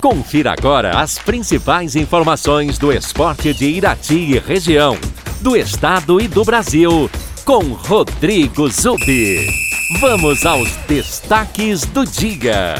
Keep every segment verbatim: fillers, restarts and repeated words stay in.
Confira agora as principais informações do esporte de Irati e região, do estado e do Brasil, com Rodrigo Zubi. Vamos aos destaques do dia.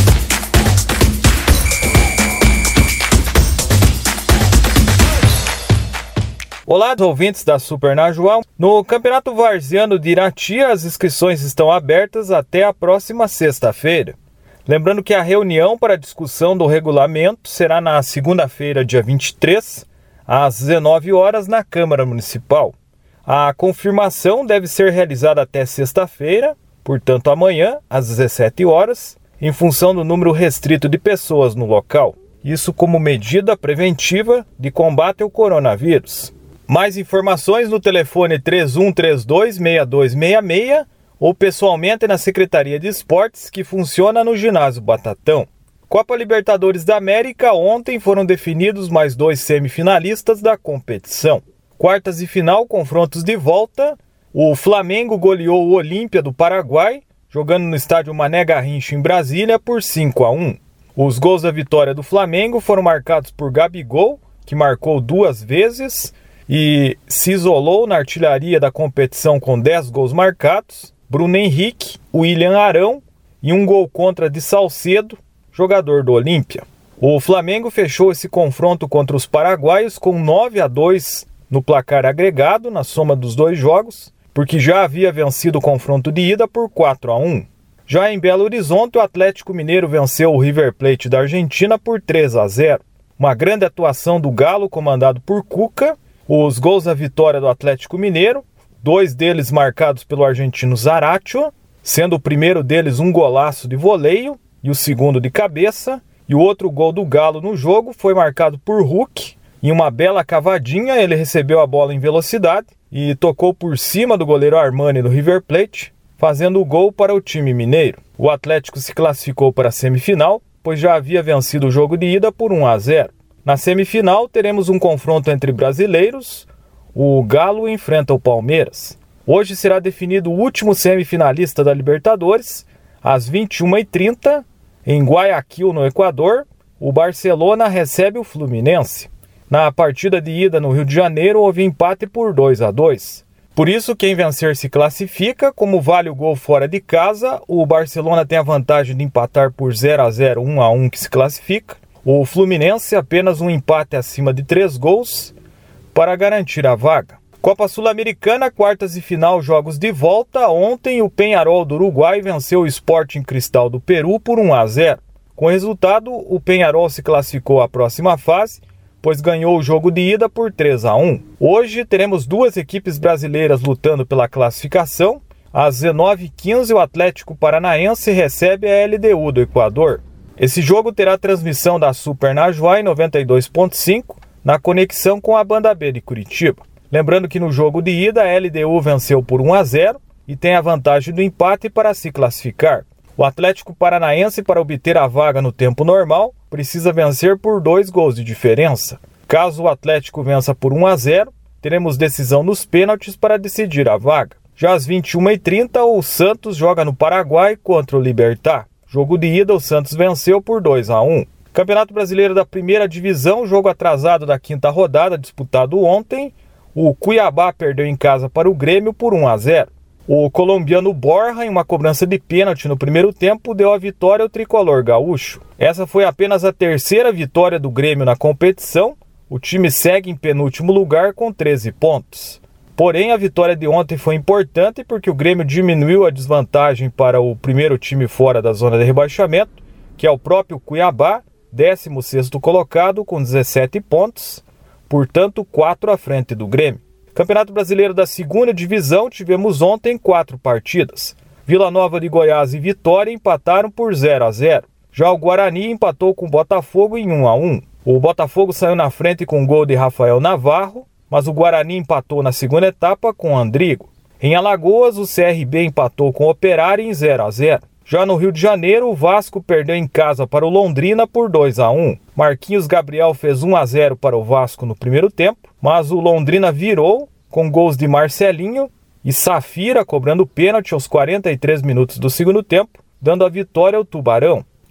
Olá, ouvintes da Super Najual. No Campeonato Varziano de Irati, as inscrições estão abertas até a próxima sexta-feira. Lembrando que a reunião para a discussão do regulamento será na segunda-feira, dia vinte e três, às dezenove horas, na Câmara Municipal. A confirmação deve ser realizada até sexta-feira, portanto amanhã, às dezessete horas, em função do número restrito de pessoas no local. Isso como medida preventiva de combate ao coronavírus. Mais informações no telefone três um três dois, seis dois seis seis ou pessoalmente na Secretaria de Esportes, que funciona no Ginásio Batatão. Copa Libertadores da América, ontem foram definidos mais dois semifinalistas da competição. Quartas e final, confrontos de volta. O Flamengo goleou o Olímpia do Paraguai, jogando no estádio Mané Garrincha em Brasília por cinco a um. Os gols da vitória do Flamengo foram marcados por Gabigol, que marcou duas vezes e se isolou na artilharia da competição com dez gols marcados. Bruno Henrique, William Arão e um gol contra de Salcedo, jogador do Olímpia. O Flamengo fechou esse confronto contra os paraguaios com nove a dois no placar agregado, na soma dos dois jogos, porque já havia vencido o confronto de ida por quatro a um. Já em Belo Horizonte, o Atlético Mineiro venceu o River Plate da Argentina por três a zero. Uma grande atuação do Galo, comandado por Cuca. Os gols da vitória do Atlético Mineiro, dois deles marcados pelo argentino Zaratio, sendo o primeiro deles um golaço de voleio e o segundo de cabeça, e o outro gol do Galo no jogo foi marcado por Hulk. Em uma bela cavadinha, ele recebeu a bola em velocidade e tocou por cima do goleiro Armani do River Plate, fazendo o gol para o time mineiro. O Atlético se classificou para a semifinal, pois já havia vencido o jogo de ida por um a zero. Na semifinal, teremos um confronto entre brasileiros. O Galo enfrenta o Palmeiras. Hoje será definido o último semifinalista da Libertadores. Às vinte e uma e trinta, em Guayaquil, no Equador, o Barcelona recebe o Fluminense. Na partida de ida no Rio de Janeiro, houve empate por dois a dois. Por isso, quem vencer se classifica. Como vale o gol fora de casa, o Barcelona tem a vantagem de empatar por zero a zero, um a um, que se classifica. O Fluminense apenas um empate acima de três gols para garantir a vaga. Copa Sul-Americana, quartas e final, jogos de volta. Ontem, o Peñarol do Uruguai venceu o Sporting Cristal do Peru por um a zero. Com o resultado, o Peñarol se classificou à próxima fase, pois ganhou o jogo de ida por três a um. Hoje, teremos duas equipes brasileiras lutando pela classificação. Às dezenove e quinze, o Atlético Paranaense recebe a L D U do Equador. Esse jogo terá transmissão da Super Najuai noventa e dois ponto cinco, na conexão com a Banda B de Curitiba. Lembrando que no jogo de ida, a L D U venceu por um a zero e tem a vantagem do empate para se classificar. O Atlético Paranaense, para obter a vaga no tempo normal, precisa vencer por dois gols de diferença. Caso o Atlético vença por um a zero, teremos decisão nos pênaltis para decidir a vaga. Já às vinte e uma e trinta, o Santos joga no Paraguai contra o Libertad. Jogo de ida, o Santos venceu por dois a um. Campeonato Brasileiro da Primeira Divisão, jogo atrasado da quinta rodada, disputado ontem. O Cuiabá perdeu em casa para o Grêmio por um a zero. O colombiano Borja, em uma cobrança de pênalti no primeiro tempo, deu a vitória ao tricolor gaúcho. Essa foi apenas a terceira vitória do Grêmio na competição. O time segue em penúltimo lugar com treze pontos. Porém, a vitória de ontem foi importante porque o Grêmio diminuiu a desvantagem para o primeiro time fora da zona de rebaixamento, que é o próprio Cuiabá, décimo sexto colocado com dezessete pontos, portanto quatro à frente do Grêmio. Campeonato Brasileiro da Segunda Divisão, tivemos ontem quatro partidas. Vila Nova de Goiás e Vitória empataram por zero a zero. Já o Guarani empatou com o Botafogo em um a um. O Botafogo saiu na frente com o gol de Rafael Navarro, mas o Guarani empatou na segunda etapa com o Andrigo. Em Alagoas, o C R B empatou com o Operário em zero a zero. Já no Rio de Janeiro, o Vasco perdeu em casa para o Londrina por dois a um. Marquinhos Gabriel fez um a zero para o Vasco no primeiro tempo, mas o Londrina virou com gols de Marcelinho e Safira cobrando pênalti aos quarenta e três minutos do segundo tempo, dando a vitória ao Tubarão.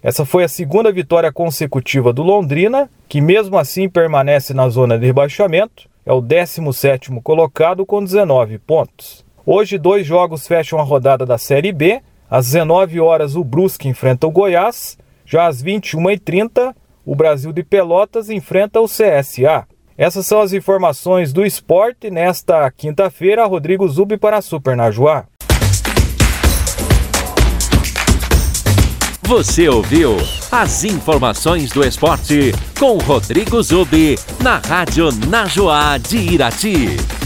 Essa foi a segunda vitória consecutiva do Londrina, que mesmo assim permanece na zona de rebaixamento, é o décimo sétimo colocado com dezenove pontos. Hoje, dois jogos fecham a rodada da Série B. Às dezenove horas, o Brusque enfrenta o Goiás. Já às vinte e uma e trinta, o Brasil de Pelotas enfrenta o C S A. Essas são as informações do esporte nesta quinta-feira. Rodrigo Zubi para a Super Najuá. Você ouviu as informações do esporte com Rodrigo Zubi na Rádio Najuá de Irati.